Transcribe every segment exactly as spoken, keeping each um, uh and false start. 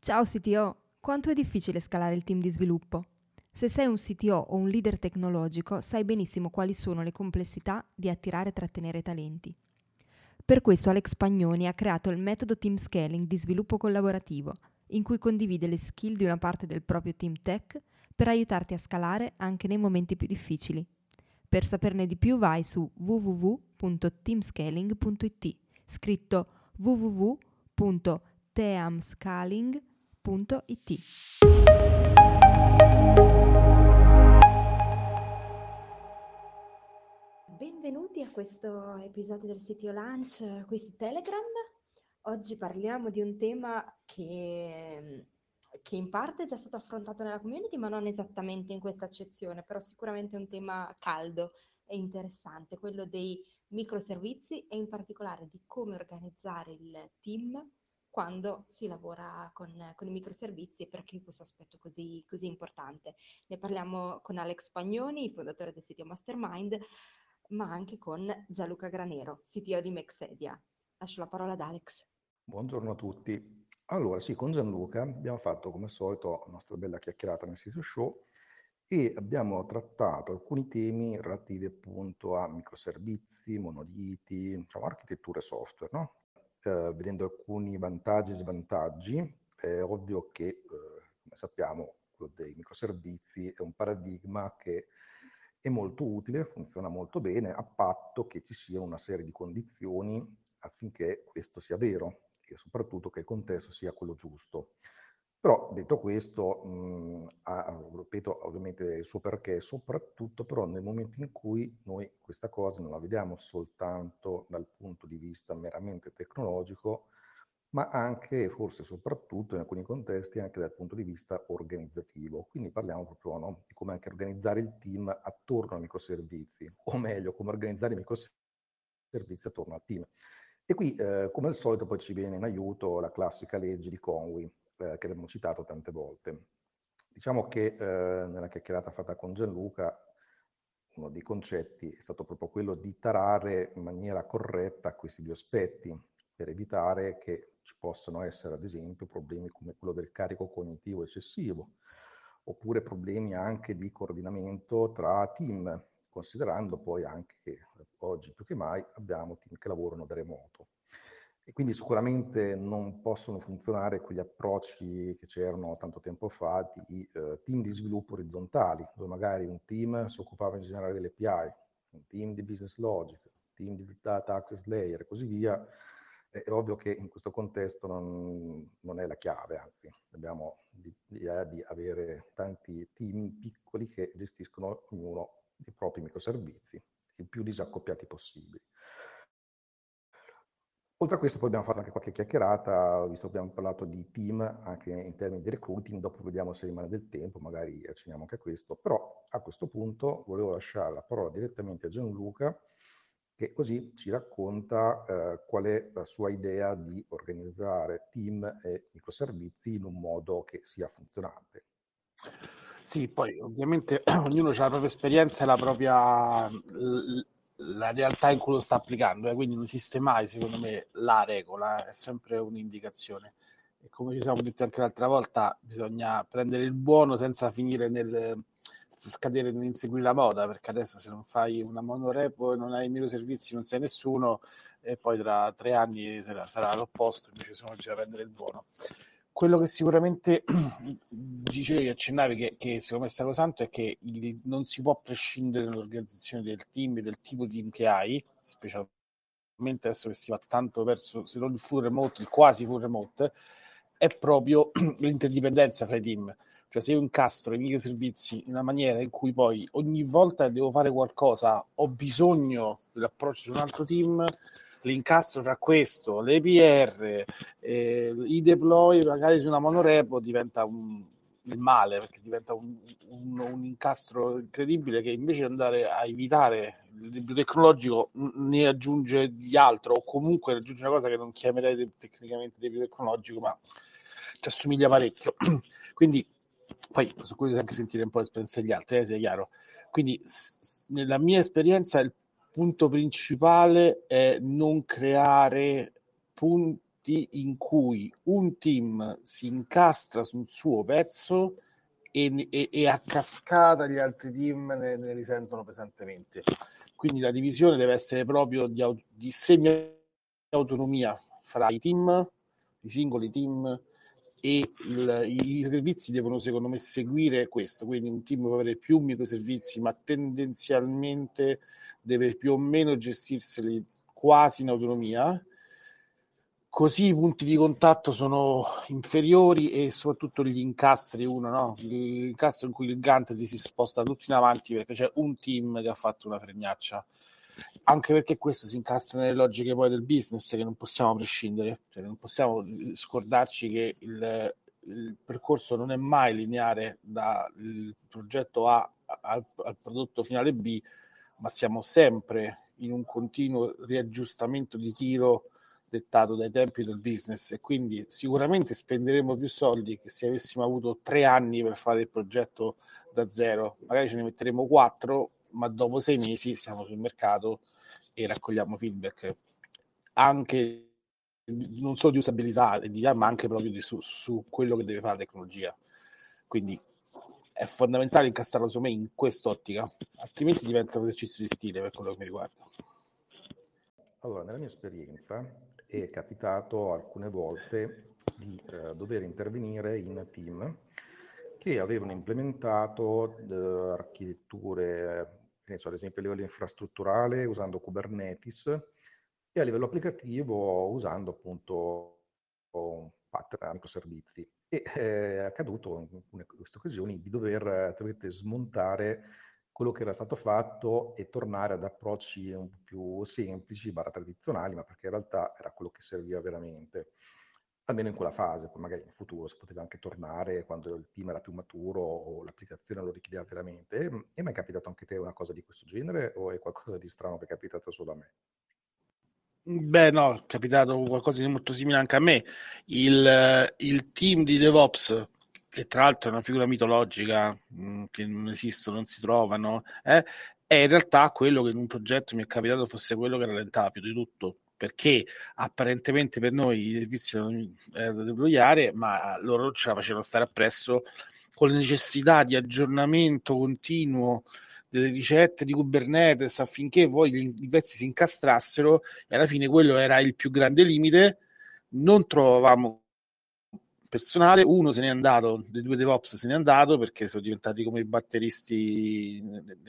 Ciao C T O, quanto è difficile scalare il team di sviluppo? Se sei un C T O o un leader tecnologico, sai benissimo quali sono le complessità di attirare e trattenere talenti. Per questo Alex Pagnoni ha creato il metodo Team Scaling di sviluppo collaborativo, in cui condivide le skill di una parte del proprio team tech per aiutarti a scalare anche nei momenti più difficili. Per saperne di più vai su w w w punto teamscaling punto i t, scritto w w w punto teamscaling punto i t. Benvenuti a questo episodio del C T O Lunch qui su Telegram. Oggi parliamo di un tema che, che in parte è già stato affrontato nella community, ma non esattamente in questa accezione, però sicuramente è un tema caldo e interessante, quello dei microservizi e in particolare di come organizzare il team quando si lavora con, con i microservizi e perché questo aspetto così, così importante. Ne parliamo con Alex Pagnoni, il fondatore del sito Mastermind, ma anche con Gianluca Granero, C T O di Mexedia. Lascio la parola ad Alex. Buongiorno a tutti. Allora, sì, con Gianluca abbiamo fatto come al solito la nostra bella chiacchierata nel sito show e abbiamo trattato alcuni temi relativi appunto a microservizi, monoliti, diciamo architetture software, no? Eh, vedendo alcuni vantaggi e svantaggi, è ovvio che, eh, come sappiamo, quello dei microservizi è un paradigma che è molto utile, funziona molto bene, a patto che ci siano una serie di condizioni affinché questo sia vero e soprattutto che il contesto sia quello giusto. Però detto questo, mh, ha, ripeto, ovviamente il suo perché, soprattutto però nel momento in cui noi questa cosa non la vediamo soltanto dal punto di vista meramente tecnologico, ma anche, forse soprattutto in alcuni contesti, anche dal punto di vista organizzativo. Quindi parliamo proprio, no, di come anche organizzare il team attorno ai microservizi, o meglio, come organizzare i microservizi attorno al team. E qui, eh, come al solito, poi ci viene in aiuto la classica legge di Conway, eh, che abbiamo citato tante volte. Diciamo che eh, nella chiacchierata fatta con Gianluca, uno dei concetti è stato proprio quello di tarare in maniera corretta questi due aspetti, per evitare che ci possano essere, ad esempio, problemi come quello del carico cognitivo eccessivo, oppure problemi anche di coordinamento tra team, considerando poi anche che oggi più che mai abbiamo team che lavorano da remoto. E quindi sicuramente non possono funzionare quegli approcci che c'erano tanto tempo fa di eh, team di sviluppo orizzontali, dove magari un team si occupava in generale delle A P I, un team di business logic, un team di data access layer e così via. È ovvio che in questo contesto non, non è la chiave, anzi abbiamo l'idea di avere tanti team piccoli che gestiscono ognuno i propri microservizi, il più disaccoppiati possibili. Oltre a questo poi abbiamo fatto anche qualche chiacchierata, visto che abbiamo parlato di team anche in termini di recruiting, dopo vediamo se rimane del tempo, magari accenniamo anche a questo, però a questo punto volevo lasciare la parola direttamente a Gianluca, che così ci racconta eh, qual è la sua idea di organizzare team e microservizi in un modo che sia funzionante. Sì, poi ovviamente ognuno ha la propria esperienza e la propria l- la realtà in cui lo sta applicando, eh, quindi non esiste mai, secondo me, la regola, è sempre un'indicazione. E come ci siamo detti anche l'altra volta, bisogna prendere il buono senza finire nel senza scadere nell'inseguire la moda, perché adesso se non fai una monorepo e non hai i microservizi non sei nessuno, e poi tra tre anni sarà, sarà l'opposto, invece se no bisogna prendere il buono. Quello che sicuramente dicevi, accennavi, che, che secondo me è stato santo, è che il, non si può prescindere dall'organizzazione del team e del tipo di team che hai, specialmente adesso che si va tanto verso, se non il full remote, il quasi full remote, è proprio l'interdipendenza fra i team. Cioè se io incastro i microservizi in una maniera in cui poi ogni volta che devo fare qualcosa ho bisogno dell'approccio di un altro team, l'incastro tra questo, le P R, eh, i deploy magari su una monorepo diventa un, il male, perché diventa un, un, un incastro incredibile che invece di andare a evitare il debito tecnologico ne aggiunge di altro, o comunque aggiunge una cosa che non chiamerei de- tecnicamente debito tecnologico, ma ci assomiglia parecchio. Quindi poi su cui devi anche sentire un po' l'esperienza degli altri, eh, sia chiaro. Quindi s- nella mia esperienza il punto principale è non creare punti progetti in cui un team si incastra sul suo pezzo e, e, e a cascata gli altri team ne, ne risentono pesantemente. Quindi la divisione deve essere proprio di, di semi-autonomia fra i team, i singoli team, e il, i servizi devono secondo me seguire questo. Quindi un team può avere più microservizi, ma tendenzialmente deve più o meno gestirseli quasi in autonomia, così i punti di contatto sono inferiori e soprattutto gli incastri, uno, no? L'incastro in cui il Gantt ti si sposta tutti in avanti perché c'è un team che ha fatto una fregnaccia, anche perché questo si incastra nelle logiche poi del business che non possiamo prescindere, cioè non possiamo scordarci che il, il percorso non è mai lineare dal progetto A al, al prodotto finale B, ma siamo sempre in un continuo riaggiustamento di tiro dettato dai tempi del business, e quindi sicuramente spenderemo più soldi che se avessimo avuto tre anni per fare il progetto da zero. Magari ce ne metteremo quattro, ma dopo sei mesi siamo sul mercato e raccogliamo feedback anche non solo di usabilità, ma anche proprio di, su, su quello che deve fare la tecnologia. Quindi è fondamentale incastrarlo su me in quest'ottica, altrimenti diventa un esercizio di stile per quello che mi riguarda. Allora, nella mia esperienza è capitato alcune volte di eh, dover intervenire in team che avevano implementato eh, architetture, eh, so, ad esempio a livello infrastrutturale usando Kubernetes e a livello applicativo usando appunto un pattern microservizi. E eh, è accaduto in queste occasioni di dover eh, smontare quello che era stato fatto e tornare ad approcci un po' più semplici, barra tradizionali, ma perché in realtà era quello che serviva veramente, almeno in quella fase. Poi magari in futuro si poteva anche tornare quando il team era più maturo o l'applicazione lo richiedeva veramente. E mi è capitato anche a te una cosa di questo genere o è qualcosa di strano che è capitato solo a me? Beh, no, è capitato qualcosa di molto simile anche a me. Il, il team di DevOps, che tra l'altro è una figura mitologica, mh, che non esistono, non si trovano, eh, è in realtà quello che in un progetto mi è capitato fosse quello che rallentava più di tutto, perché apparentemente per noi i servizi erano da deployare, ma loro ce la facevano stare appresso con le necessità di aggiornamento continuo delle ricette di Kubernetes affinché poi gli, i pezzi si incastrassero, e alla fine quello era il più grande limite. Non trovavamo personale, uno se n'è andato, dei due DevOps se n'è andato perché sono diventati come i batteristi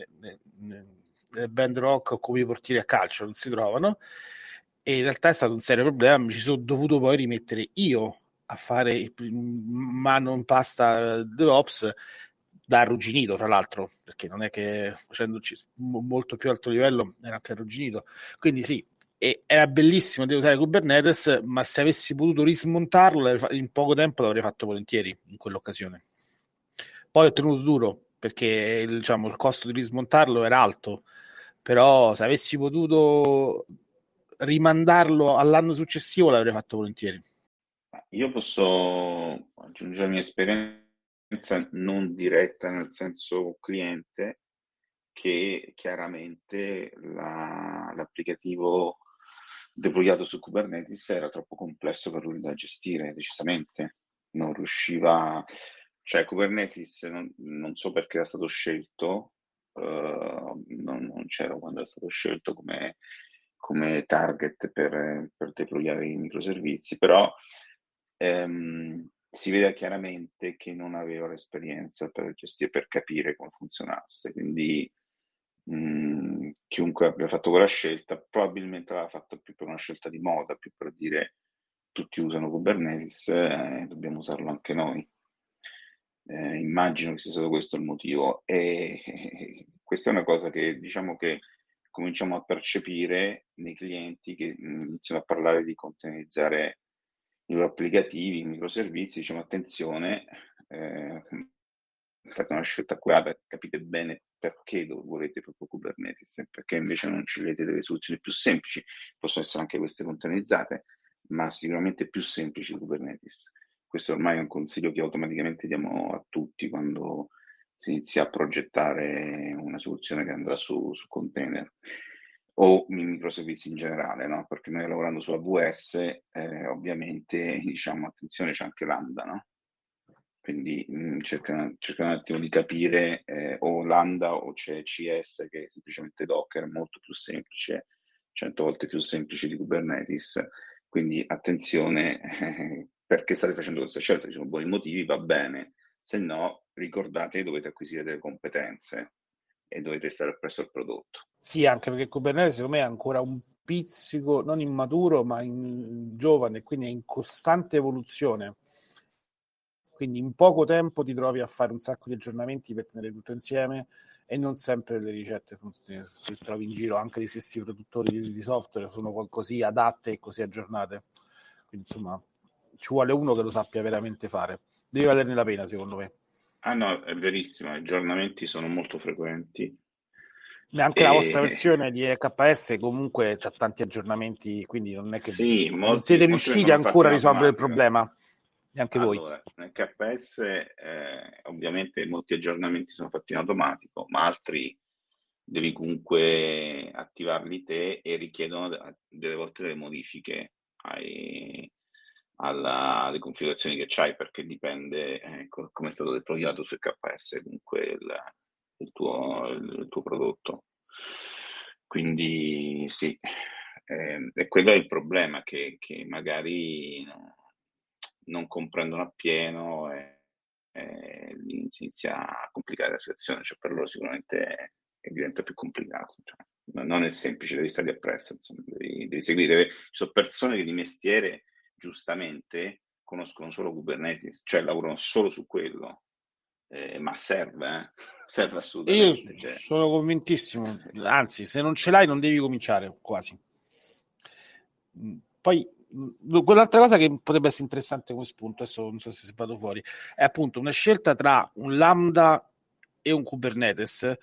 nel band rock o come i portieri a calcio, non si trovano, e in realtà è stato un serio problema. Mi ci sono dovuto poi rimettere io a fare mano in pasta DevOps, da arrugginito fra l'altro, perché non è che facendoci molto più alto livello era anche arrugginito. Quindi sì, e era bellissimo di usare Kubernetes, ma se avessi potuto rismontarlo in poco tempo l'avrei fatto volentieri in quell'occasione. Poi ho tenuto duro perché diciamo, il costo di rismontarlo era alto, però se avessi potuto rimandarlo all'anno successivo l'avrei fatto volentieri. Io posso aggiungere la mia esperienza non diretta nel senso cliente, che chiaramente la, l'applicativo deployato su Kubernetes era troppo complesso per lui da gestire, decisamente. Non riusciva, cioè Kubernetes non, non so perché era stato scelto, uh, non, non c'era quando era stato scelto come, come target per, per deployare i microservizi, però ehm, si vede chiaramente che non aveva l'esperienza per gestire, per capire come funzionasse, quindi mh, chiunque abbia fatto quella scelta probabilmente l'ha fatto più per una scelta di moda, più per dire tutti usano Kubernetes, eh, dobbiamo usarlo anche noi. Eh, immagino che sia stato questo il motivo, e eh, questa è una cosa che diciamo che cominciamo a percepire nei clienti che mh, iniziano a parlare di containerizzare i loro applicativi, i microservizi. Diciamo attenzione, eh, fate una scelta accurata, capite bene perché volete proprio Kubernetes e perché invece non scegliete delle soluzioni più semplici. Possono essere anche queste containerizzate, ma sicuramente più semplici di Kubernetes. Questo ormai è un consiglio che automaticamente diamo a tutti quando si inizia a progettare una soluzione che andrà su, su container. o microservizi in generale, no? Perché noi lavorando su A W S, eh, ovviamente, diciamo, attenzione, c'è anche Lambda, no? Quindi mh, cerca, cerca un attimo di capire eh, o Lambda o c'è C S, che è semplicemente Docker, molto più semplice, cento volte più semplice di Kubernetes. Quindi attenzione, eh, perché state facendo questa scelta? Ci sono buoni motivi, va bene, se no ricordate che dovete acquisire delle competenze e dovete stare appresso al prodotto. Sì, anche perché Kubernetes secondo me è ancora un pizzico, non immaturo, ma in, giovane, quindi è in costante evoluzione. Quindi in poco tempo ti trovi a fare un sacco di aggiornamenti per tenere tutto insieme e non sempre le ricette che trovi in giro, anche gli stessi produttori di, di software sono così adatte e così aggiornate. Quindi insomma ci vuole uno che lo sappia veramente fare. Deve valerne la pena, secondo me. Ah no, è verissimo, gli aggiornamenti sono molto frequenti. Neanche e... la vostra versione di E K S comunque c'ha tanti aggiornamenti, quindi non è che Sì, non molti, siete molti riusciti vengono fatti ancora in a risolvere il automatico. problema, neanche voi. Allora, nel K S eh, ovviamente molti aggiornamenti sono fatti in automatico, ma altri devi comunque attivarli te e richiedono de- delle volte delle modifiche ai- alla- alle configurazioni che c'hai, perché dipende eh, co- come è stato deployato sul K S comunque il, il tuo, il tuo prodotto. Quindi sì, eh, e quello è il problema, che, che magari no, non comprendono appieno e, e lì si inizia a complicare la situazione, cioè per loro sicuramente è- diventa più complicato, cioè, no- non è semplice, devi stare appresso, insomma, devi, devi seguire, devi- ci sono persone che di mestiere giustamente conoscono solo Kubernetes, cioè lavorano solo su quello, eh, ma serve, eh? Serve Io assolutamente, cioè. sono convintissimo, anzi, se non ce l'hai non devi cominciare quasi. Poi mh, quell'altra cosa che potrebbe essere interessante come spunto, adesso non so se vado fuori, è appunto una scelta tra un Lambda e un Kubernetes è,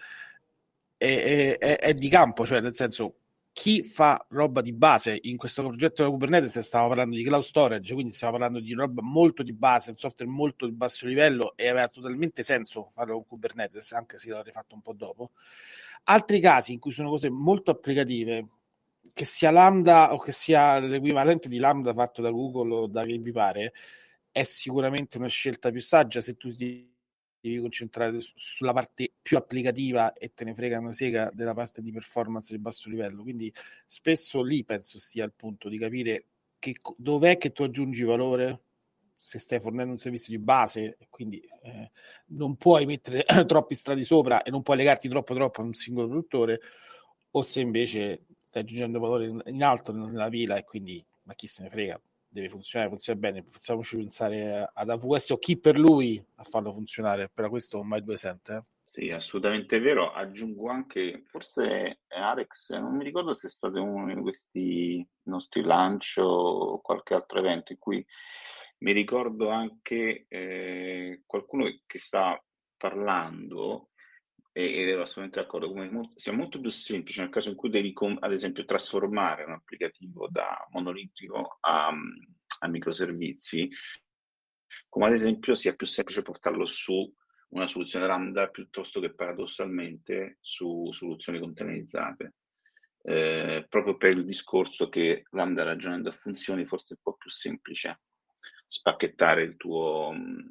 è, è, è di campo, cioè nel senso chi fa roba di base in questo progetto della Kubernetes, stiamo parlando di cloud storage, quindi stiamo parlando di roba molto di base, un software molto di basso livello e aveva totalmente senso farlo con Kubernetes, anche se l'avrei fatto un po' dopo. Altri casi in cui sono cose molto applicative, che sia Lambda o che sia l'equivalente di Lambda fatto da Google o da chi vi pare, è sicuramente una scelta più saggia se tu ti devi concentrare sulla parte più applicativa e te ne frega una sega della parte di performance di basso livello. Quindi spesso lì penso stia il punto di capire che, dov'è che tu aggiungi valore, se stai fornendo un servizio di base, quindi eh, non puoi mettere troppi strati sopra e non puoi legarti troppo troppo a un singolo produttore, o se invece stai aggiungendo valore in, in alto nella pila e quindi ma chi se ne frega, deve funzionare, funziona bene, possiamoci pensare ad A W S o chi per lui a farlo funzionare, per questo mai due sente. Eh? Sì, assolutamente vero. Aggiungo anche, forse Alex, non mi ricordo se è stato uno di questi nostri lunch o qualche altro evento in cui mi ricordo anche eh, qualcuno che sta parlando e- ed ero assolutamente d'accordo, come mo- sia molto più semplice nel caso in cui devi, com- ad esempio, trasformare un applicativo da monolitico a, a microservizi, come ad esempio sia più semplice portarlo su una soluzione Lambda piuttosto che paradossalmente su soluzioni containerizzate. Eh, proprio per il discorso che Lambda ragionando a funzioni forse è un po' più semplice spacchettare il tuo,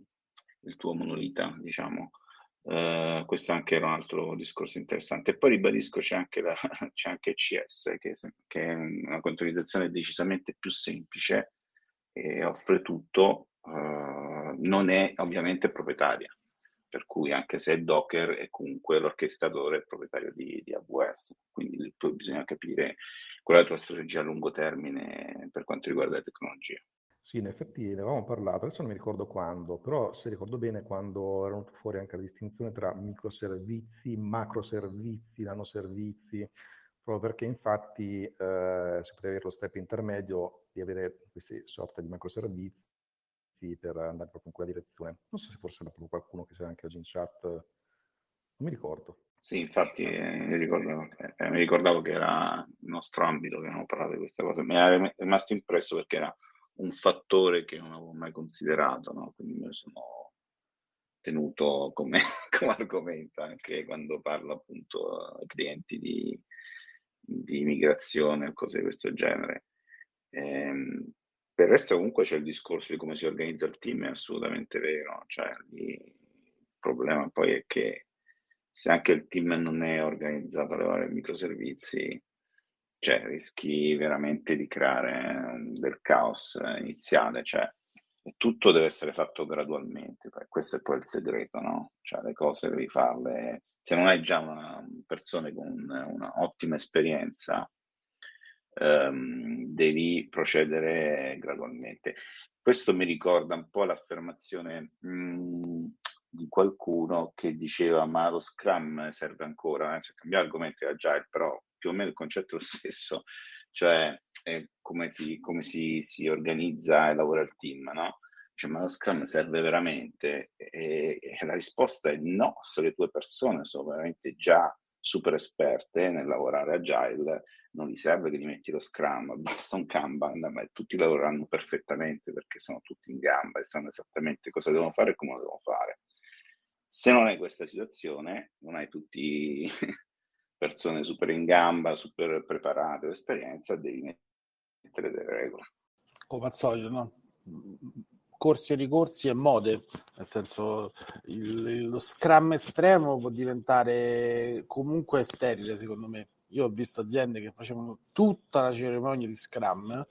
il tuo monolita, diciamo. Uh, questo anche era un altro discorso interessante. E poi ribadisco, c'è anche, la, c'è anche C S, che, che è una containerizzazione decisamente più semplice e offre tutto, uh, non è ovviamente proprietaria, per cui anche se è Docker è comunque l'orchestratore è proprietario di, di A W S, quindi poi bisogna capire qual è la tua strategia a lungo termine per quanto riguarda le tecnologie. Sì, in effetti ne avevamo parlato, adesso non mi ricordo quando, però se ricordo bene quando era venuto fuori anche la distinzione tra microservizi, macroservizi, nanoservizi, proprio perché infatti eh, si poteva avere lo step intermedio di avere queste sorte di macroservizi per andare proprio in quella direzione. Non so se forse era proprio qualcuno che c'era anche oggi in chat, non mi ricordo. Sì, infatti eh, mi, ricordavo, eh, mi ricordavo che era il nostro ambito che abbiamo parlato di questa cosa, mi era rimasto impresso perché era un fattore che non avevo mai considerato, no? Quindi me lo sono tenuto come, come argomento anche quando parlo appunto ai clienti di, di migrazione o cose di questo genere. Ehm, per il resto comunque c'è il discorso di come si organizza il team, è assolutamente vero, cioè lì il problema poi è che se anche il team non è organizzato a lavorare in microservizi, cioè rischi veramente di creare eh, del caos eh, iniziale, cioè tutto deve essere fatto gradualmente, poi questo è poi il segreto, no? Cioè le cose devi farle, se non hai già una persone con una ottima esperienza, ehm, devi procedere gradualmente. Questo mi ricorda un po' l'affermazione mh, di qualcuno che diceva ma lo Scrum serve ancora, eh? Cioè, cambiare argomento è Agile, però più o meno il concetto è lo stesso, cioè è come, si, come si, si organizza e lavora il team, no? Cioè, ma lo Scrum serve veramente? E, e la risposta è no, se le tue persone sono veramente già super esperte nel lavorare Agile, non gli serve che gli metti lo Scrum, basta un Kanban, ma tutti lavoreranno perfettamente perché sono tutti in gamba e sanno esattamente cosa devono fare e come lo devono fare. Se non hai questa situazione, non hai tutti persone super in gamba, super preparate, l'esperienza, devi mettere delle regole. Come al solito, no? Corsi e ricorsi e mode, nel senso il, lo Scrum estremo può diventare comunque sterile, secondo me. Io ho visto aziende che facevano tutta la cerimonia di Scrum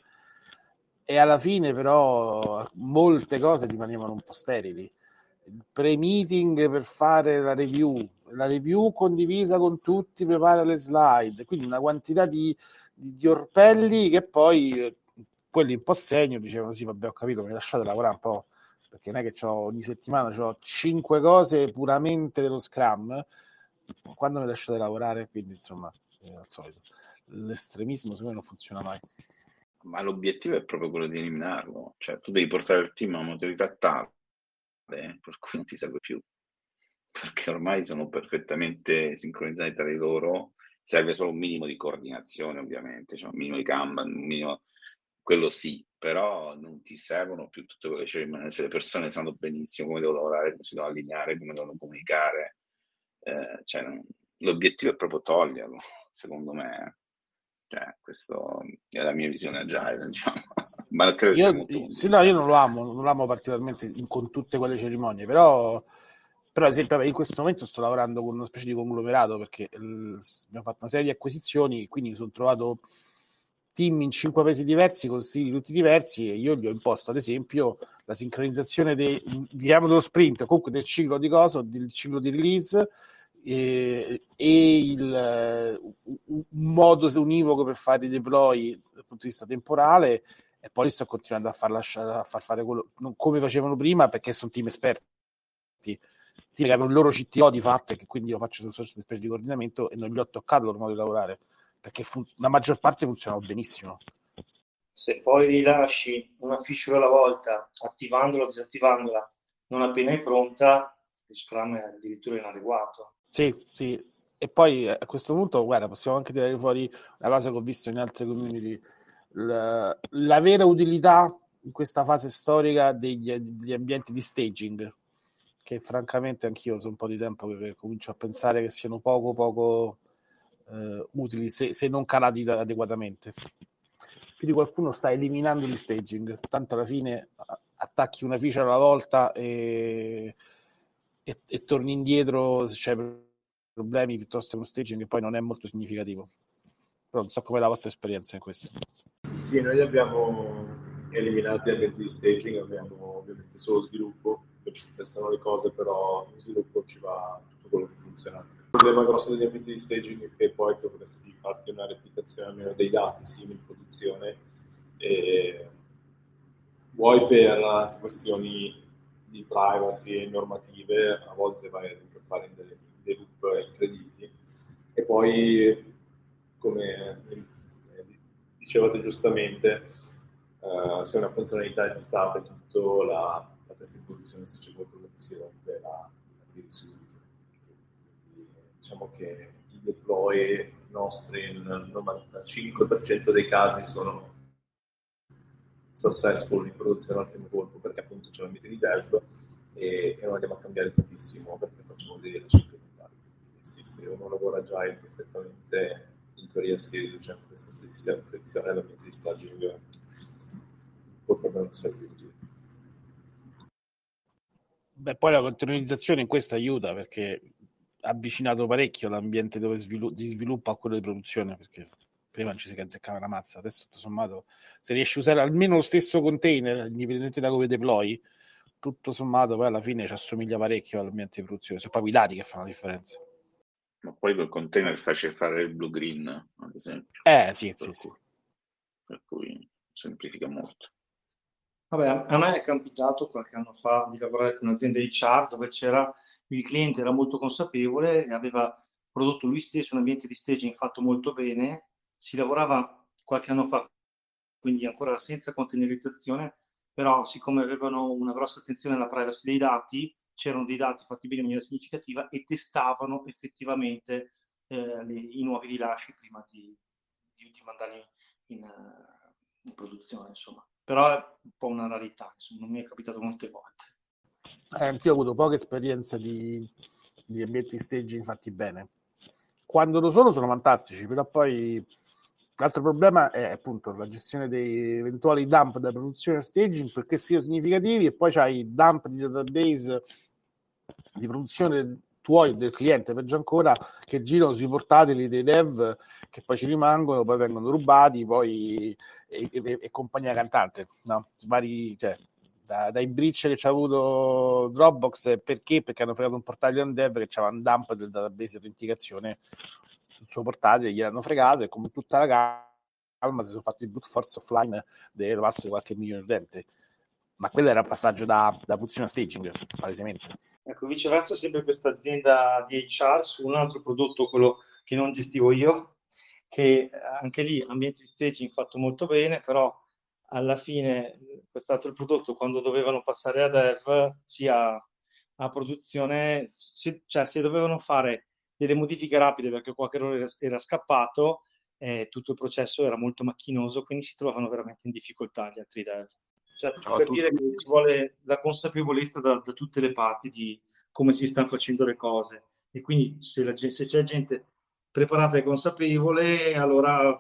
e alla fine però molte cose rimanevano un po' sterili. Il pre-meeting per fare la review, la review condivisa con tutti, prepara le slide, quindi una quantità di, di, di orpelli che poi quelli un po' segno dicevano sì vabbè ho capito, mi lasciate lavorare un po', perché non è che c'ho, ogni settimana ho cinque cose puramente dello Scrum, quando mi lasciate lavorare, quindi insomma eh, al solito l'estremismo secondo me non funziona mai. Ma l'obiettivo è proprio quello di eliminarlo, cioè tu devi portare il team a una maturità tale per cui non ti serve più, perché ormai sono perfettamente sincronizzati tra di loro, serve solo un minimo di coordinazione ovviamente, cioè un minimo di Kanban, un minimo, quello sì, però non ti servono più tutte quelle cerimonie, se le persone sanno benissimo come devono lavorare, come si devono allineare, come devono comunicare, eh, cioè, non, l'obiettivo è proprio toglierlo, secondo me. Cioè, questa è la mia visione agile, diciamo. Ma credo sia Io, molto sì, no, io non lo condivisa. amo, non lo amo particolarmente in- con tutte quelle cerimonie, però, però ad esempio vabbè, in questo momento sto lavorando con una specie di conglomerato perché eh, abbiamo fatto una serie di acquisizioni, quindi mi sono trovato team in cinque paesi diversi con stili tutti diversi e io gli ho imposto ad esempio la sincronizzazione dei, chiamiamo dello sprint, comunque del ciclo di coso, del ciclo di release e, e il, un modo univoco per fare i deploy dal punto di vista temporale, e poi sto continuando a far, lasciare, a far fare quello non come facevano prima perché sono team esperti, team che avevano il loro C T O di fatto e che quindi io faccio una specie di coordinamento e non gli ho toccato il loro modo di lavorare perché fun- la maggior parte funzionava benissimo. Se poi rilasci una feature alla volta, attivandola o disattivandola, non appena è pronta, lo Scrum è addirittura inadeguato. Sì, sì. E poi a questo punto, guarda, possiamo anche tirare fuori una cosa che ho visto in altre community, la, la vera utilità in questa fase storica degli, degli ambienti di staging, che francamente anch'io sono un po' di tempo che comincio a pensare che siano poco poco eh, utili se, se non calati adeguatamente. Quindi qualcuno sta eliminando gli staging, tanto alla fine attacchi una feature alla volta e, e, e torni indietro se c'è problemi piuttosto che uno staging che poi non è molto significativo. Però non so com'è la vostra esperienza in questo. Sì, noi abbiamo eliminato gli ambienti di staging, abbiamo ovviamente solo sviluppo, dove si testano le cose, però in sviluppo ci va tutto quello che funziona. Il problema grosso degli ambienti di staging è che poi dovresti farti una replicazione almeno dei dati simili in produzione, e vuoi per questioni di privacy e normative, a volte vai ad incappare in delle, dei loop incredibili, e poi, come dicevate giustamente, uh, se una funzionalità è testata e tutto, la, la testa in produzione, se c'è qualcosa che si rompe, la, la tiri subito. Quindi, diciamo che i deploy nostri nel novantacinque per cento dei casi sono successful in produzione al primo colpo, perché appunto c'è l'ambiente di dev e, e non andiamo a cambiare tantissimo perché facciamo dei rilasci incrementali. Sì, se uno lavora già perfettamente in teoria si riduce questa frizione all'ambiente di staging, potrebbe non essere più utile. Beh, poi la containerizzazione in questo aiuta, perché ha avvicinato parecchio l'ambiente dove svilu- di sviluppo a quello di produzione, perché prima non ci si azzeccava una mazza, adesso tutto sommato se riesci a usare almeno lo stesso container, indipendente da come deploy, tutto sommato poi alla fine ci assomiglia parecchio all'ambiente di produzione, sono proprio i dati che fanno la differenza. Ma poi col container facile fare il blue green, ad esempio. Eh sì, per sì, sì. cui, per cui semplifica molto. Vabbè, a me è capitato qualche anno fa di lavorare con un'azienda H R dove c'era il cliente era molto consapevole e aveva prodotto lui stesso un ambiente di staging fatto molto bene. Si lavorava qualche anno fa, quindi ancora senza containerizzazione, però siccome avevano una grossa attenzione alla privacy dei dati, c'erano dei dati fatti bene in maniera significativa e testavano effettivamente eh, le, i nuovi rilasci prima di, di, di mandarli in, uh, in produzione, insomma. Però è un po' una rarità, insomma, non mi è capitato molte volte. Eh, anch'io ho avuto poche esperienze di, di ambienti staging fatti bene. Quando lo sono, sono fantastici, però poi l'altro problema è appunto la gestione dei eventuali dump da produzione staging, perché siano significativi, e poi c'hai dump di database di produzione tuoi del cliente, peggio ancora, che girano sui portatili dei dev, che poi ci rimangono, poi vengono rubati, poi e, e, e compagnia cantante, no? Vari, cioè, da, dai breach che c'ha avuto Dropbox, perché? Perché hanno fregato un portatile di un dev che c'aveva un dump del database di autenticazione sul suo portatile, gliel'hanno fregato, e come tutta la calma si sono fatti il brute force offline delle passo di qualche milione di utenti. Ma quello era un passaggio da, da produzione a staging, palesemente. Ecco, viceversa, sempre questa azienda di H R su un altro prodotto, quello che non gestivo io, che anche lì ambiente di staging fatto molto bene, però alla fine quest'altro prodotto, quando dovevano passare a dev, sia a produzione, se, cioè se dovevano fare delle modifiche rapide perché qualche errore era, era scappato, eh, tutto il processo era molto macchinoso, quindi si trovavano veramente in difficoltà gli altri dev. Cioè, per dire che ci vuole la consapevolezza da, da tutte le parti di come si stanno facendo le cose, e quindi se, la, se c'è gente preparata e consapevole, allora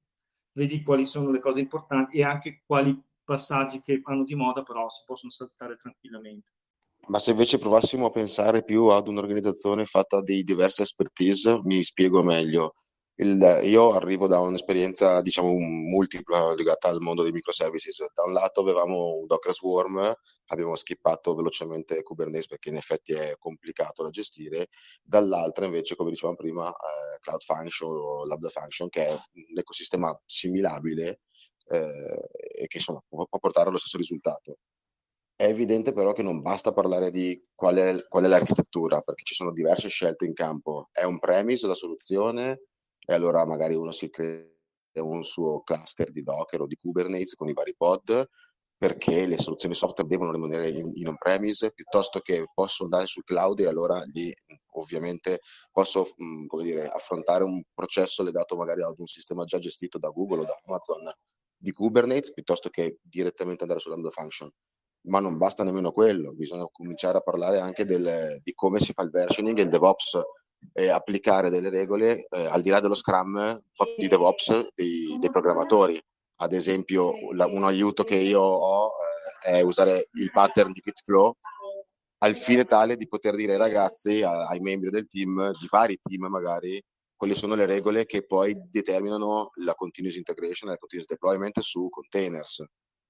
vedi quali sono le cose importanti e anche quali passaggi che vanno di moda però si possono saltare tranquillamente. Ma se invece provassimo a pensare più ad un'organizzazione fatta di diverse expertise, mi spiego meglio. Il, io arrivo da un'esperienza, diciamo, multipla legata al mondo dei microservices. Da un lato avevamo un Docker Swarm, abbiamo skippato velocemente Kubernetes perché in effetti è complicato da gestire, dall'altra invece, come dicevamo prima, eh, Cloud Function o Lambda Function, che è un ecosistema similabile eh, e che insomma può, può portare allo stesso risultato. È evidente però che non basta parlare di qual è, qual è l'architettura, perché ci sono diverse scelte in campo. È un premise la soluzione, e allora magari uno si crea un suo cluster di Docker o di Kubernetes con i vari pod, perché le soluzioni software devono rimanere in, in on-premise, piuttosto che posso andare sul cloud e allora lì ovviamente posso mh, come dire, affrontare un processo legato magari ad un sistema già gestito da Google o da Amazon di Kubernetes, piuttosto che direttamente andare su Lambda Function. Ma non basta nemmeno quello, bisogna cominciare a parlare anche del, di come si fa il versioning e il DevOps, e applicare delle regole eh, al di là dello Scrum di DevOps dei, dei programmatori. Ad esempio, la, un aiuto che io ho eh, è usare il pattern di Gitflow al fine tale di poter dire ai ragazzi, a, ai membri del team, di vari team magari, quali sono le regole che poi determinano la continuous integration e la continuous deployment su containers.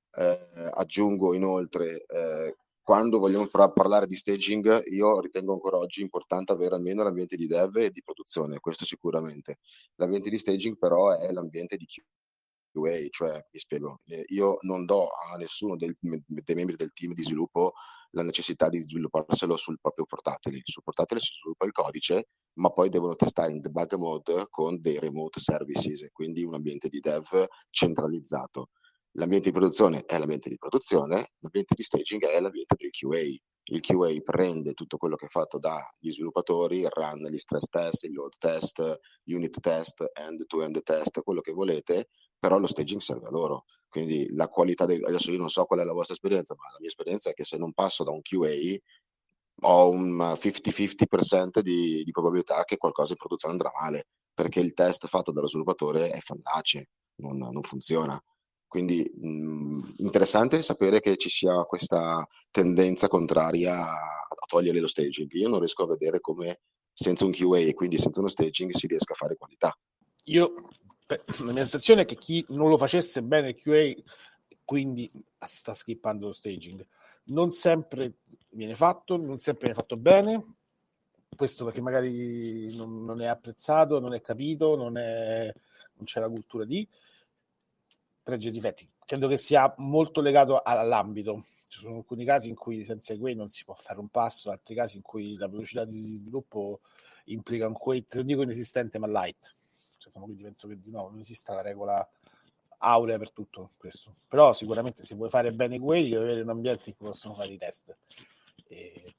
Eh, aggiungo inoltre, eh, quando vogliamo par- parlare di staging, io ritengo ancora oggi importante avere almeno l'ambiente di dev e di produzione, questo sicuramente. L'ambiente di staging però è l'ambiente di Q A, cioè, mi spiego, eh, io non do a nessuno del, dei membri del team di sviluppo la necessità di svilupparselo sul proprio portatile. Sul portatile si sviluppa il codice, ma poi devono testare in debug mode con dei remote services, quindi un ambiente di dev centralizzato. L'ambiente di produzione è l'ambiente di produzione, l'ambiente di staging è l'ambiente del Q A. Il Q A prende tutto quello che è fatto dagli sviluppatori, il run, gli stress test, il load test, unit test, end-to-end test, quello che volete, però lo staging serve a loro. Quindi la qualità del... Adesso io non so qual è la vostra esperienza, ma la mia esperienza è che se non passo da un Q A ho un cinquanta cinquanta per cento di, di probabilità che qualcosa in produzione andrà male, perché il test fatto dallo sviluppatore è fallace, non, non funziona. Quindi mh, interessante sapere che ci sia questa tendenza contraria a, a togliere lo staging. Io non riesco a vedere come senza un Q A e quindi senza uno staging si riesca a fare qualità. Io, beh, la mia sensazione è che chi non lo facesse bene il Q A, quindi sta skippando lo staging. Non sempre viene fatto, non sempre viene fatto bene, questo perché magari non, non è apprezzato, non è capito, non, è, non c'è la cultura di pregi e difetti. Credo che sia molto legato all'ambito. Ci sono alcuni casi in cui senza Q A non si può fare un passo, altri casi in cui la velocità di sviluppo implica un Q A, non dico inesistente, ma light. Cioè, quindi penso che di no, non esista la regola aurea per tutto questo. Però sicuramente se vuoi fare bene Q A devi avere un ambiente in cui possono fare i test. E...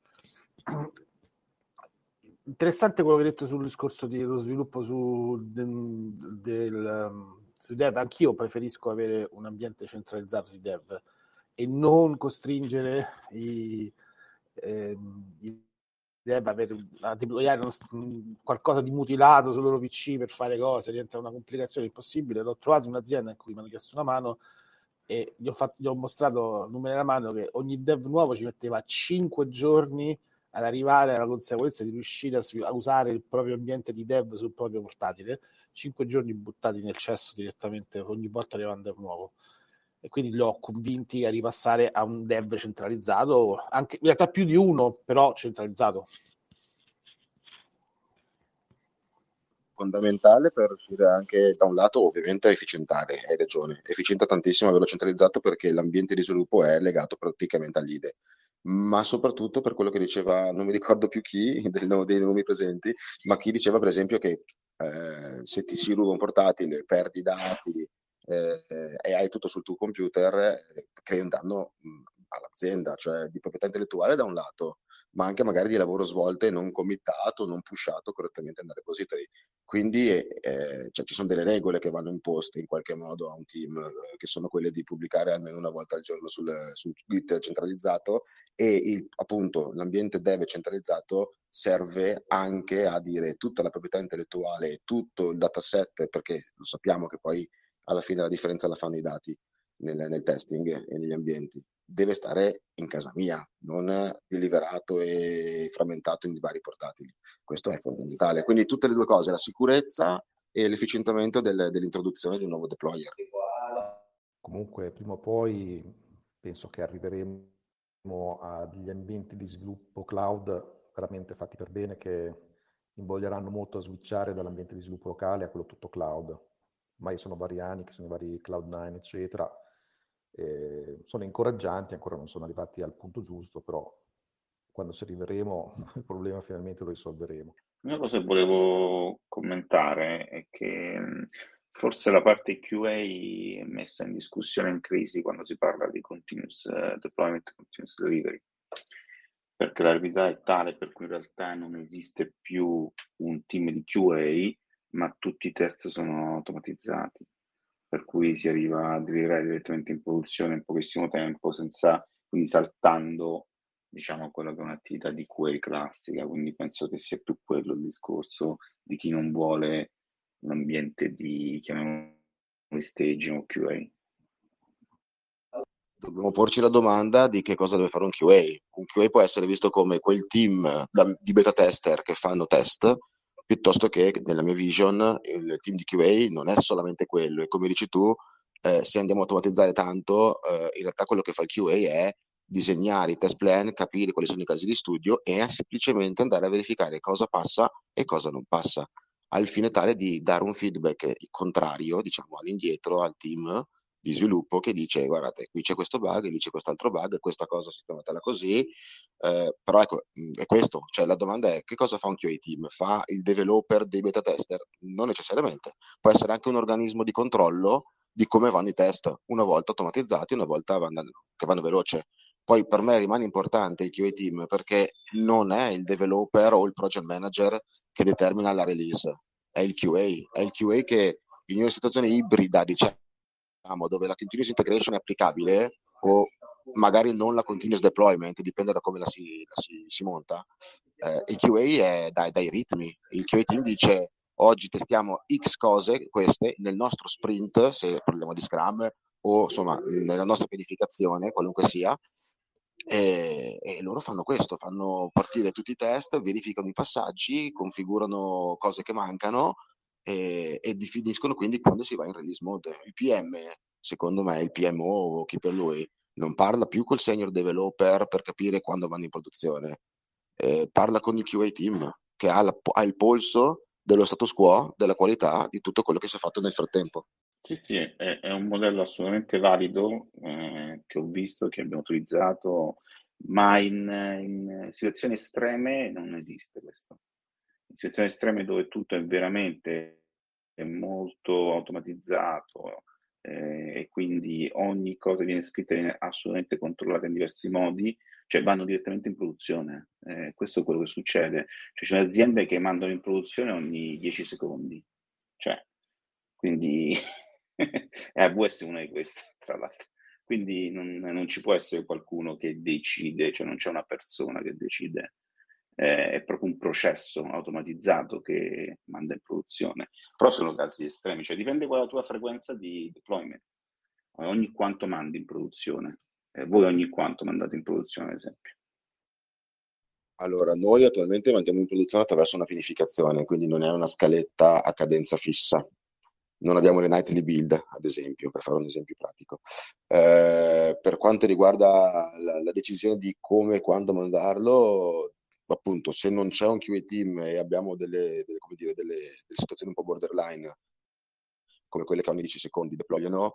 Interessante quello che hai detto sul discorso dello sviluppo su, del, del, su dev. Anch'io preferisco avere un ambiente centralizzato di dev e non costringere i, ehm, i dev a, avere, a deployare uno, qualcosa di mutilato sul loro P C per fare cose, diventa una complicazione impossibile. L'ho trovato un'azienda in cui mi hanno chiesto una mano e gli ho, fatto, gli ho mostrato numeri alla mano che ogni dev nuovo ci metteva cinque giorni ad arrivare alla consapevolezza di riuscire a, a usare il proprio ambiente di dev sul proprio portatile, cinque giorni buttati nel cesso direttamente ogni volta arriva un dev nuovo, e quindi li ho convinti a ripassare a un dev centralizzato, anche in realtà più di uno, però centralizzato. Fondamentale per riuscire anche da un lato ovviamente a efficientare, hai ragione, efficienta tantissimo averlo centralizzato perché l'ambiente di sviluppo è legato praticamente all'I D E, ma soprattutto per quello che diceva, non mi ricordo più chi del, dei nomi presenti, ma chi diceva per esempio che eh, se ti si ruba un portatile, perdi i dati eh, e hai tutto sul tuo computer, eh, crei un danno mh, all'azienda, cioè di proprietà intellettuale da un lato, ma anche magari di lavoro svolto e non committato, non pushato correttamente nel repository. Quindi eh, cioè, ci sono delle regole che vanno imposte in qualche modo a un team, eh, che sono quelle di pubblicare almeno una volta al giorno sul, sul Git centralizzato, e il, appunto l'ambiente dev centralizzato serve anche a dire tutta la proprietà intellettuale, tutto il dataset, perché lo sappiamo che poi alla fine la differenza la fanno i dati nel, nel testing e negli ambienti. Deve stare in casa mia, non deliberato e frammentato in vari portatili. Questo è fondamentale. Quindi tutte le due cose, la sicurezza e l'efficientamento del, dell'introduzione di un nuovo deployer. Comunque, prima o poi penso che arriveremo a degli ambienti di sviluppo cloud veramente fatti per bene, che invoglieranno molto a switchare dall'ambiente di sviluppo locale a quello tutto cloud. Ormai sono vari anni che sono i vari cloud nine, eccetera. Eh, sono incoraggianti, ancora non sono arrivati al punto giusto, però quando ci arriveremo il problema finalmente lo risolveremo. Una cosa che volevo commentare è che mh, forse la parte Q A è messa in discussione, in crisi, quando si parla di continuous uh, deployment, continuous delivery, perché la verità è tale per cui in realtà non esiste più un team di Q A, ma tutti i test sono automatizzati, per cui si arriva a deliverare direttamente in produzione in pochissimo tempo, senza, quindi saltando, diciamo, quello che è un'attività di Q A classica. Quindi penso che sia più quello il discorso di chi non vuole l'ambiente di, chiamiamolo, staging o Q A. Dobbiamo porci la domanda di che cosa deve fare un Q A. Un Q A può essere visto come quel team da, di beta tester che fanno test, piuttosto che, nella mia vision, il team di Q A non è solamente quello. E come dici tu, eh, se andiamo a automatizzare tanto, eh, in realtà quello che fa il Q A è disegnare i test plan, capire quali sono i casi di studio e semplicemente andare a verificare cosa passa e cosa non passa, al fine tale di dare un feedback contrario, diciamo, all'indietro al team di sviluppo che dice guardate qui c'è questo bug, lì c'è quest'altro bug, questa cosa sistematela così, eh, però ecco è questo, cioè la domanda è che cosa fa un Q A team? Fa il developer dei beta tester? Non necessariamente, può essere anche un organismo di controllo di come vanno i test, una volta automatizzati, una volta vanno, che vanno veloce. Poi per me rimane importante il Q A team perché non è il developer o il project manager che determina la release, è il Q A, è il Q A che in una situazione ibrida, diciamo, dove la continuous integration è applicabile o magari non la continuous deployment, dipende da come la si, la si, si monta, eh, il Q A è dai, dai ritmi, il Q A team dice oggi testiamo X cose, queste, nel nostro sprint, se parliamo di Scrum, o insomma nella nostra pianificazione, qualunque sia, e, e loro fanno questo, fanno partire tutti i test, verificano i passaggi, configurano cose che mancano e, e definiscono quindi quando si va in release mode. Il P M, secondo me, il P M O o chi per lui, non parla più col senior developer per capire quando vanno in produzione, eh, parla con il Q A team che ha, la, ha il polso dello status quo, della qualità di tutto quello che si è fatto nel frattempo. Sì, sì, è, è un modello assolutamente valido eh, che ho visto, che abbiamo utilizzato, ma in, in situazioni estreme non esiste questo. In situazioni estreme dove tutto è veramente è molto automatizzato eh, e quindi ogni cosa viene scritta e viene assolutamente controllata in diversi modi, cioè vanno direttamente in produzione. Eh, questo è quello che succede. Cioè, ci sono aziende che mandano in produzione ogni dieci secondi. Cioè, quindi e A W S è una di queste, tra l'altro. Quindi non, non ci può essere qualcuno che decide, cioè non c'è una persona che decide, eh, è proprio un processo automatizzato che manda in produzione. Però sono casi estremi, cioè dipende qual è la tua frequenza di deployment, ogni quanto mandi in produzione. Eh, voi ogni quanto mandate in produzione, ad esempio? Allora, noi attualmente mandiamo in produzione attraverso una pianificazione, quindi non è una scaletta a cadenza fissa. Non abbiamo le nightly build, ad esempio, per fare un esempio pratico. Eh, per quanto riguarda la, la decisione di come e quando mandarlo, appunto, se non c'è un Q A team e abbiamo delle, delle, come dire, delle, delle situazioni un po' borderline, come quelle che ogni dieci secondi deployano,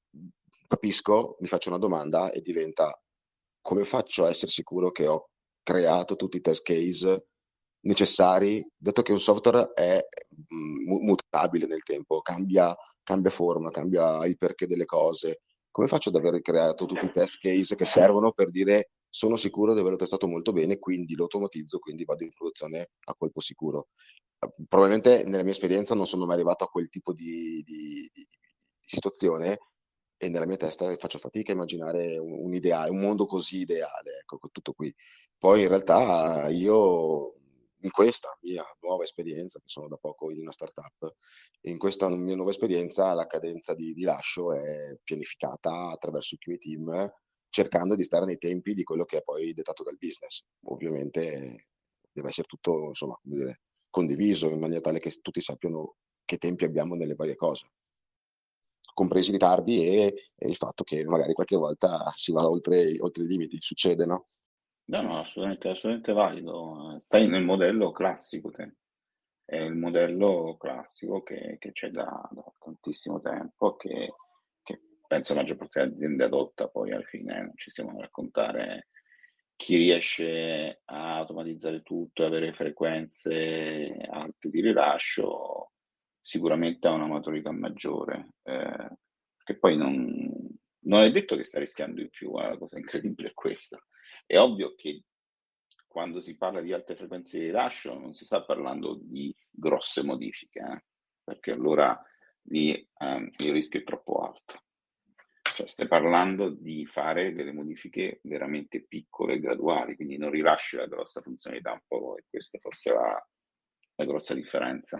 capisco, mi faccio una domanda e diventa: come faccio a essere sicuro che ho creato tutti i test case necessari, dato che un software è mh, mutabile nel tempo, cambia, cambia forma, cambia il perché delle cose. Come faccio ad aver creato tutti i test case che servono per dire sono sicuro di averlo testato molto bene, quindi lo automatizzo, quindi vado in produzione a colpo sicuro? Probabilmente nella mia esperienza non sono mai arrivato a quel tipo di, di, di, di situazione, e nella mia testa faccio fatica a immaginare un, un ideale, un mondo così ideale, ecco, tutto qui. Poi in realtà io, in questa mia nuova esperienza, che sono da poco in una startup, in questa mia nuova esperienza la cadenza di rilascio è pianificata attraverso il Q A team, cercando di stare nei tempi di quello che è poi dettato dal business. Ovviamente deve essere tutto, insomma, come dire, condiviso in maniera tale che tutti sappiano che tempi abbiamo nelle varie cose, compresi i ritardi e, e il fatto che magari qualche volta si va oltre, oltre i limiti, succede, no? No, no, assolutamente, assolutamente valido. Stai nel modello classico, te. È il modello classico che, che c'è da, da tantissimo tempo, che, che penso la maggior parte delle aziende adotta. Poi alla fine non ci stiamo a raccontare chi riesce a automatizzare tutto e avere frequenze alte di rilascio, sicuramente ha una maturità maggiore, eh, che poi non, non è detto che sta rischiando di più, eh, la cosa incredibile è questa. È ovvio che quando si parla di alte frequenze di rilascio non si sta parlando di grosse modifiche, eh, perché allora lì ehm, il rischio è troppo alto. Cioè, stai parlando di fare delle modifiche veramente piccole e graduali, quindi non rilasci la grossa funzionalità un po', e questa forse è la, la grossa differenza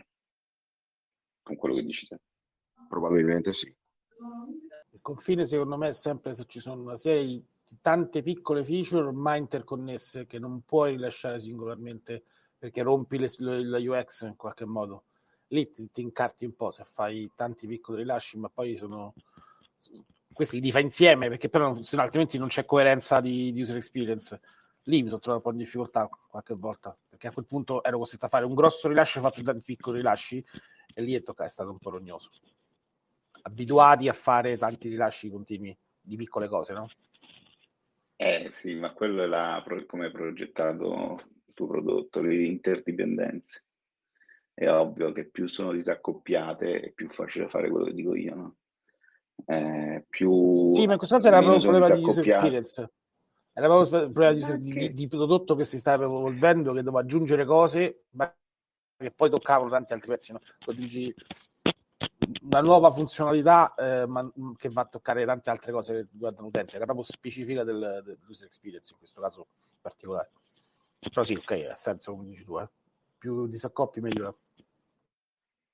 con quello che dici te. Probabilmente sì. Il confine secondo me è sempre se ci sono una serie di tante piccole feature ma interconnesse che non puoi rilasciare singolarmente perché rompi le, la U X in qualche modo. Lì ti, ti incarti un po' se fai tanti piccoli rilasci, ma poi sono questi li fai insieme perché però non funziona, altrimenti non c'è coerenza di, di user experience. Lì mi sono trovato un po' in difficoltà qualche volta perché a quel punto ero costretto a fare un grosso rilascio fatto da tanti piccoli rilasci e lì è, tocca, è stato un po' rognoso. Abituati a fare tanti rilasci continui di piccole cose, no? Eh sì, ma quello è la, come è progettato il tuo prodotto, le interdipendenze. È ovvio che più sono disaccoppiate è più facile fare quello che dico io, no? Eh, più Sì, ma in questo caso era proprio un problema di user experience. Era proprio un problema di, user, di, di prodotto che si stava evolvendo, che doveva aggiungere cose, ma che poi toccavano tanti altri pezzi, no? Aggiungi una nuova funzionalità eh, ma, che va a toccare tante altre cose che riguardano l'utente, era proprio specifica del, dell'user experience in questo caso particolare. Però sì, ok, ha senso come dici tu, eh. Più disaccoppi meglio.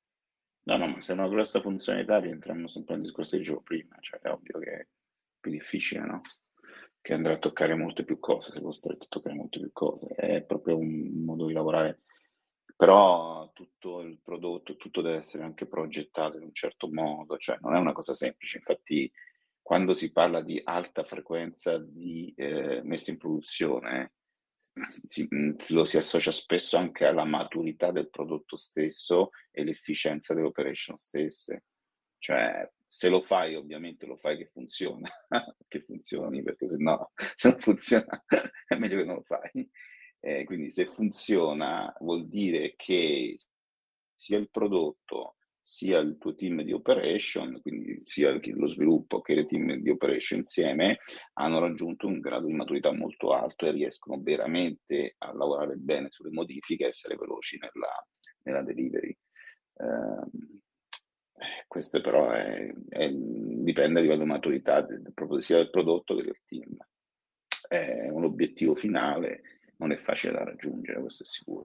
No, no, ma se è una grossa funzionalità rientriamo sempre nel discorso che dicevo prima, cioè è ovvio che è più difficile, no? Che andrà a toccare molte più cose, sei costretto a toccare molte più cose, è proprio un modo di lavorare, però tutto il prodotto, tutto deve essere anche progettato in un certo modo, cioè non è una cosa semplice, infatti quando si parla di alta frequenza di eh, messa in produzione, si, lo si associa spesso anche alla maturità del prodotto stesso e l'efficienza delle operation stesse. Cioè, se lo fai, ovviamente lo fai che funziona, che funzioni, perché se no, se non funziona è meglio che non lo fai. Eh, quindi se funziona vuol dire che sia il prodotto sia il tuo team di operation, quindi sia lo sviluppo che le team di operation insieme, hanno raggiunto un grado di maturità molto alto e riescono veramente a lavorare bene sulle modifiche e essere veloci nella, nella delivery. Eh, questo però è, è, dipende a livello di maturità del, proprio sia del prodotto che del team. È un obiettivo finale, non è facile da raggiungere, questo è sicuro.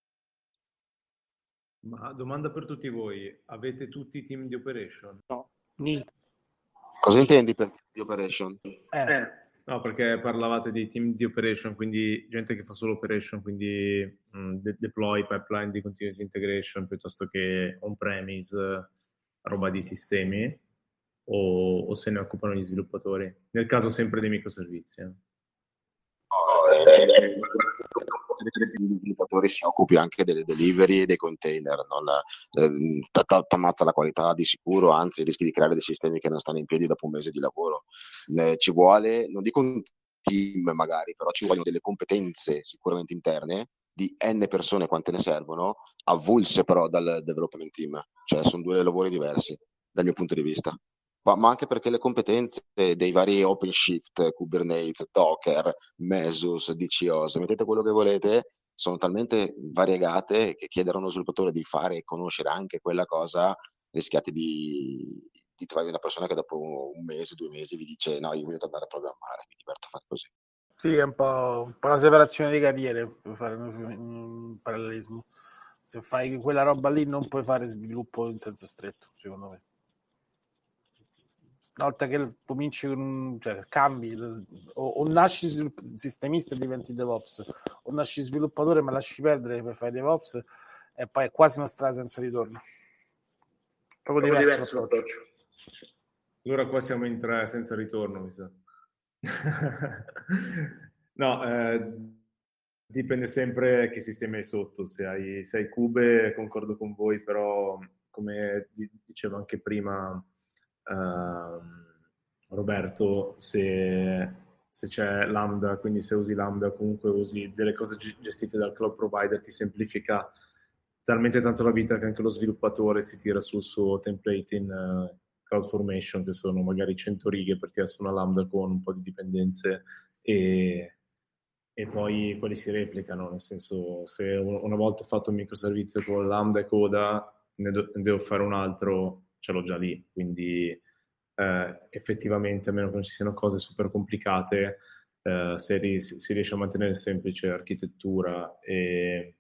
Ma domanda per tutti voi, avete tutti i team di operation? No, ni. Cosa intendi per team di operation? Eh. No, perché parlavate di team di operation, quindi gente che fa solo operation, quindi mh, de- deploy, pipeline di continuous integration, piuttosto che on-premise, roba di sistemi, o, o se ne occupano gli sviluppatori? Nel caso sempre dei microservizi. Eh. Gli sviluppatori si occupi anche delle delivery e dei container, non eh, t'ammazza la qualità di sicuro, anzi rischi di creare dei sistemi che non stanno in piedi dopo un mese di lavoro. Eh, ci vuole, non dico un team magari, però ci vogliono delle competenze sicuramente interne di n persone, quante ne servono, avulse però dal development team, cioè sono due lavori diversi dal mio punto di vista. Ma, ma anche perché le competenze dei vari OpenShift, Kubernetes, Docker, Mesos, D C O, se mettete quello che volete, sono talmente variegate che chiedere a uno sviluppatore di fare e conoscere anche quella cosa, rischiate di, di trovare una persona che dopo un mese, due mesi vi dice no, io voglio tornare a programmare, mi diverto a fare così. Sì, è un po', un po' una separazione di carriere, per fare un parallelismo. Se fai quella roba lì non puoi fare sviluppo in senso stretto, secondo me. Una volta che cominci con, cioè cambi o, o nasci sistemista e diventi DevOps, o nasci sviluppatore ma lasci perdere per fare DevOps, e poi è quasi una strada senza ritorno. Proprio, Proprio diverso l'approccio. Allora qua siamo in tre senza ritorno, mi sa. No, eh, dipende sempre che sistema hai sotto. Se hai, se hai Cube, concordo con voi, però come dicevo anche prima Uh, Roberto, se, se c'è Lambda, quindi se usi Lambda, comunque usi delle cose gestite dal cloud provider, ti semplifica talmente tanto la vita che anche lo sviluppatore si tira sul suo template in uh, CloudFormation, che sono magari cento righe per tirarsi una Lambda con un po' di dipendenze e, e poi quelli si replicano, nel senso se una volta ho fatto un microservizio con Lambda e Coda, ne, do, ne devo fare un altro, ce l'ho già lì, quindi eh, effettivamente, a meno che non ci siano cose super complicate, eh, se ri- si riesce a mantenere semplice architettura e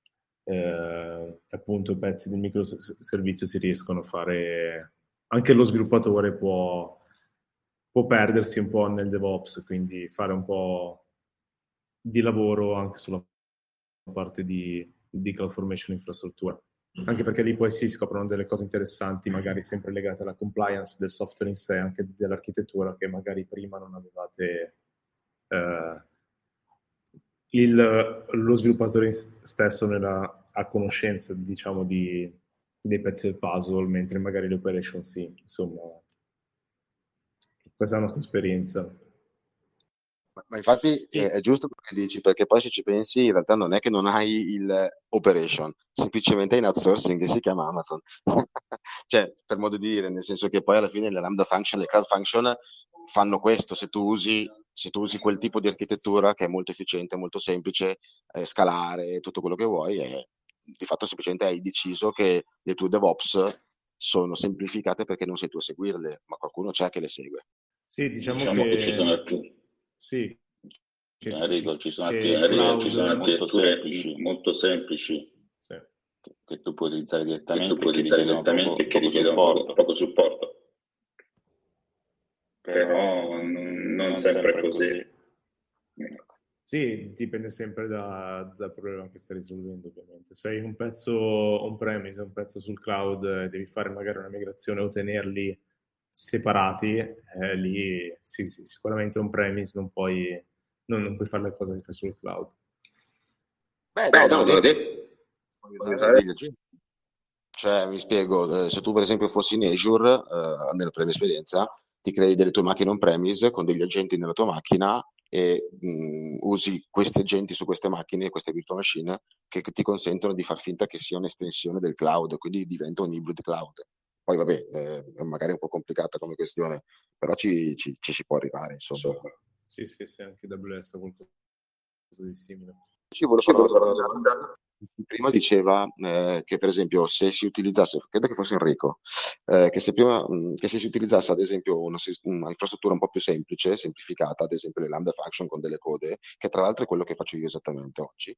eh, appunto i pezzi del microservizio si riescono a fare, anche lo sviluppatore può, può perdersi un po' nel DevOps, quindi fare un po' di lavoro anche sulla parte di, di CloudFormation infrastruttura. Anche perché lì poi si scoprono delle cose interessanti, magari sempre legate alla compliance del software in sé, anche dell'architettura, che magari prima non avevate eh, il, lo sviluppatore stesso nella, a conoscenza, diciamo, di, dei pezzi del puzzle, mentre magari le operation sì. Insomma, questa è la nostra esperienza. Ma infatti sì. è, è giusto quello che dici, perché poi se ci pensi in realtà non è che non hai il operation, semplicemente in outsourcing che si chiama Amazon. Cioè, per modo di dire, nel senso che poi alla fine le lambda function, le cloud function fanno questo, se tu usi, se tu usi quel tipo di architettura che è molto efficiente, molto semplice, eh, scalare, tutto quello che vuoi, e di fatto semplicemente hai deciso che le tue DevOps sono semplificate perché non sei tu a seguirle, ma qualcuno c'è che le segue. Sì, diciamo, diciamo che... che ci sono più. Sì, Enrico, ci sono che architetture cloud... molto semplici, molto semplici. Sì. che tu puoi utilizzare che tu direttamente puoi e che utilizzare richiedono direttamente poco, e che poco richiedono poco, supporto, poco supporto, però però non, non, non non sempre sempre è è così. così. Sì, dipende sempre da- dal problema che stai risolvendo, ovviamente. Se hai un pezzo on-premise e un pezzo sul cloud e devi fare magari una migrazione o tenerli separati, eh, lì sì, sì, sicuramente on-premise non puoi, non, non puoi fare le cose che fai sul cloud. Beh, Beh, no, no, non non è ho che detto. puoi usare degli agenti. Cioè, mi spiego, eh, se tu per esempio fossi in Azure, eh, almeno per la mia esperienza, ti crei delle tue macchine on-premise con degli agenti nella tua macchina e mh, usi questi agenti su queste macchine, queste virtual machine, che, che ti consentono di far finta che sia un'estensione del cloud, quindi diventa un hybrid cloud. Poi vabbè, eh, è magari un po' complicata come questione, però ci, ci- ci si può arrivare, insomma. Insomma, sì, sì, sì, anche A W S ha qualcosa di simile. Ci volevo Ci fare una volevo fare una domanda. domanda. Prima diceva eh, che per esempio se si utilizzasse, credo che fosse Enrico, eh, che, se prima, mh, che se si utilizzasse ad esempio una, sis- una infrastruttura un po' più semplice, semplificata, ad esempio le lambda function con delle code, che tra l'altro è quello che faccio io esattamente oggi,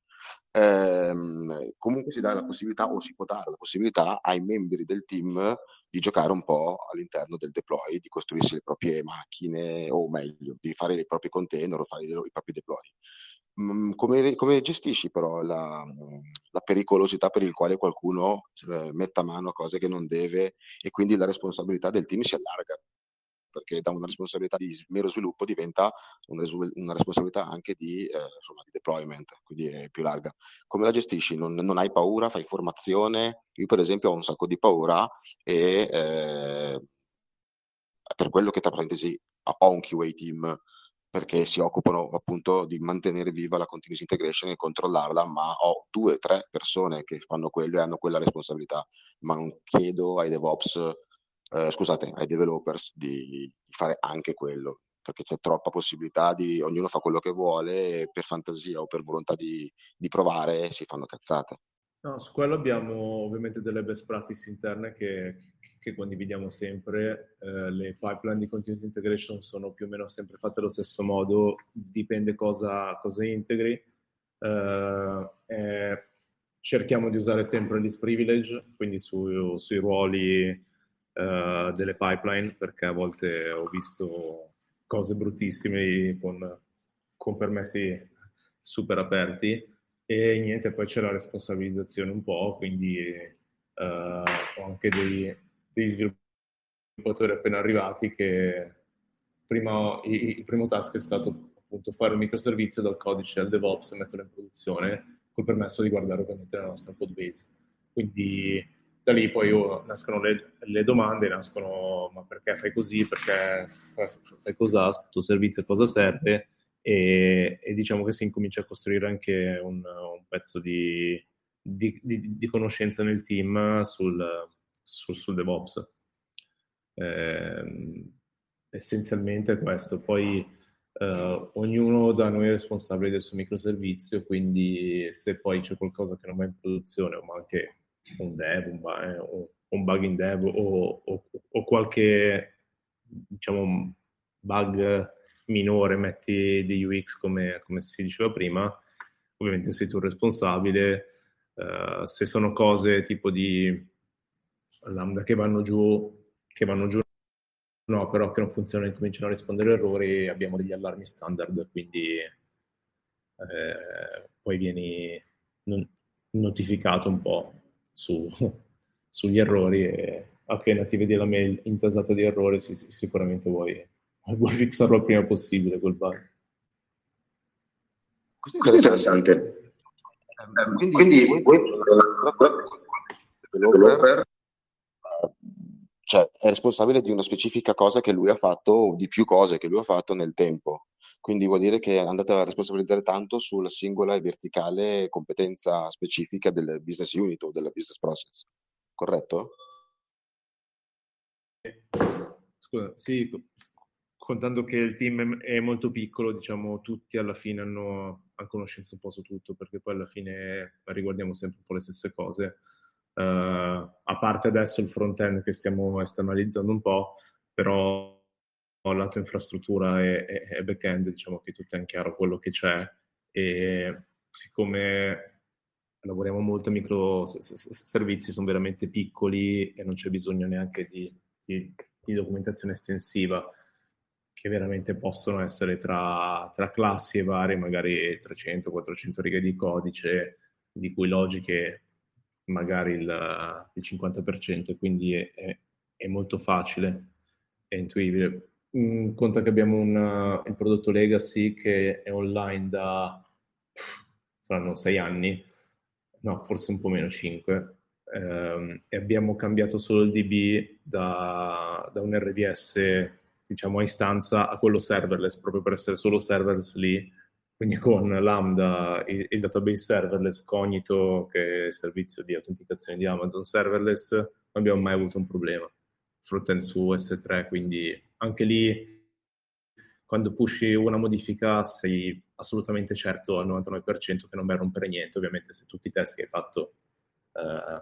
ehm, comunque si dà la possibilità o si può dare la possibilità ai membri del team di giocare un po' all'interno del deploy, di costruirsi le proprie macchine o meglio, di fare i propri container o fare i, i propri deploy. Mm, Come, come gestisci però la, la pericolosità per il quale qualcuno eh, metta mano a cose che non deve e quindi la responsabilità del team si allarga? Perché da una responsabilità di mero sviluppo diventa una, resu- una responsabilità anche di, eh, insomma, di deployment, quindi è più larga. Come la gestisci? Non, non hai paura? Fai formazione? Io per esempio ho un sacco di paura e eh, per quello che tra parentesi ho un Q A team perché si occupano appunto di mantenere viva la continuous integration e controllarla, ma ho due o tre persone che fanno quello e hanno quella responsabilità, ma non chiedo ai DevOps, eh, scusate, ai developers di, di fare anche quello, perché c'è troppa possibilità di ognuno fa quello che vuole e per fantasia o per volontà di, di provare si fanno cazzate. No, su quello abbiamo ovviamente delle best practice interne che, che condividiamo sempre. Eh, le pipeline di continuous integration sono più o meno sempre fatte allo stesso modo, dipende cosa, cosa integri. Eh, eh, cerchiamo di usare sempre least privilege, quindi su, sui ruoli eh, delle pipeline, perché a volte ho visto cose bruttissime con, con permessi super aperti. E niente, poi c'è la responsabilizzazione un po', quindi eh, ho anche dei, degli sviluppatori appena arrivati che prima, il, il primo task è stato appunto fare un microservizio dal codice al DevOps e metterlo in produzione col permesso di guardare ovviamente la nostra code base. Quindi da lì poi oh, nascono le, le domande, nascono ma perché fai così, perché fai, fai cosa, il tuo servizio cosa serve? E, e diciamo che si incomincia a costruire anche un, un pezzo di, di, di, di conoscenza nel team sul, sul, sul DevOps. Eh, essenzialmente è questo. Poi eh, ognuno da noi è responsabile del suo microservizio, quindi se poi c'è qualcosa che non va in produzione, ma anche un dev, un, bug, eh, un bug in dev o, o, o qualche diciamo bug minore, metti di U X come, come si diceva prima, ovviamente sei tu il responsabile. Uh, se sono cose tipo di lambda che vanno giù, che vanno giù no, però che non funzionano e cominciano a rispondere errori, abbiamo degli allarmi standard, quindi eh, poi vieni non- notificato un po' su, sugli errori e appena ti vedi la mail intasata di errore sì, sì, sicuramente vuoi, vuoi fixarlo il prima possibile quel bug. Questo è Questo è interessante. interessante. Eh, Quindi, Quindi voi voi developer, cioè è responsabile di una specifica cosa che lui ha fatto o di più cose che lui ha fatto nel tempo. Quindi vuol dire che andate a responsabilizzare tanto sulla singola e verticale competenza specifica del business unit o della business process. Corretto? Scusa, sì, contando che il team è molto piccolo, diciamo, tutti alla fine hanno, hanno conoscenza un po' su tutto, perché poi alla fine riguardiamo sempre un po' le stesse cose. Uh, a parte adesso il front-end che stiamo esternalizzando un po', però lato infrastruttura e, e, e back-end, diciamo che tutto è in chiaro quello che c'è e siccome lavoriamo molto, i microservizi sono veramente piccoli e non c'è bisogno neanche di, di, di documentazione estensiva, che veramente possono essere tra, tra classi e varie, magari trecento quattrocento righe di codice, di cui logiche magari il, il cinquanta per cento, e quindi è, è, è molto facile, è intuibile. Mm, conta che abbiamo un, il prodotto legacy che è online da saranno sei anni, no, forse un po' meno, cinque, ehm, e abbiamo cambiato solo il D B da, da un R D S, diciamo, a istanza a quello serverless, proprio per essere solo serverless lì. Quindi con Lambda, il, il database serverless, Cognito, che è il servizio di autenticazione di Amazon serverless, non abbiamo mai avuto un problema. Frontend su S tre, quindi anche lì quando pushi una modifica sei assolutamente certo al novantanove per cento che non vai a rompere niente, ovviamente se tutti i test che hai fatto eh,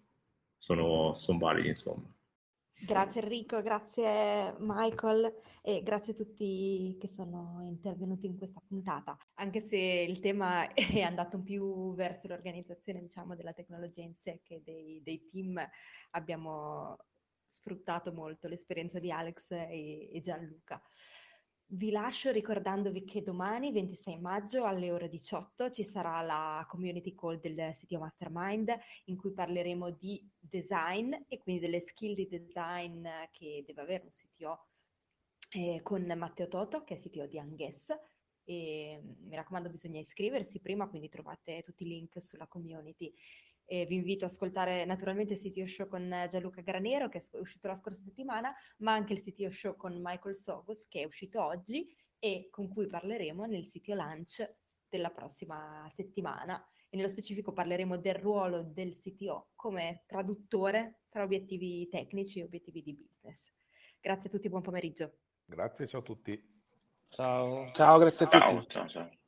sono, sono validi, insomma. Grazie Enrico, grazie Michael e grazie a tutti che sono intervenuti in questa puntata. Anche se il tema è andato più verso l'organizzazione, diciamo, della tecnologia in sé che dei, dei team, abbiamo sfruttato molto l'esperienza di Alex e, e Gianluca. Vi lascio ricordandovi che domani, ventisei maggio, alle ore diciotto, ci sarà la community call del C T O Mastermind, in cui parleremo di design e quindi delle skill di design che deve avere un C T O, eh, con Matteo Toto, che è C T O di Anguess. E, mi raccomando, bisogna iscriversi prima, quindi trovate tutti i link sulla community. E vi invito ad ascoltare naturalmente il C T O Show con Gianluca Granero, che è uscito la scorsa settimana, ma anche il C T O Show con Michael Sogos, che è uscito oggi e con cui parleremo nel C T O Lunch della prossima settimana. E nello specifico parleremo del ruolo del C T O come traduttore tra obiettivi tecnici e obiettivi di business. Grazie a tutti, buon pomeriggio. Grazie, ciao a tutti. Ciao, ciao, grazie a tutti. Ciao, ciao, ciao.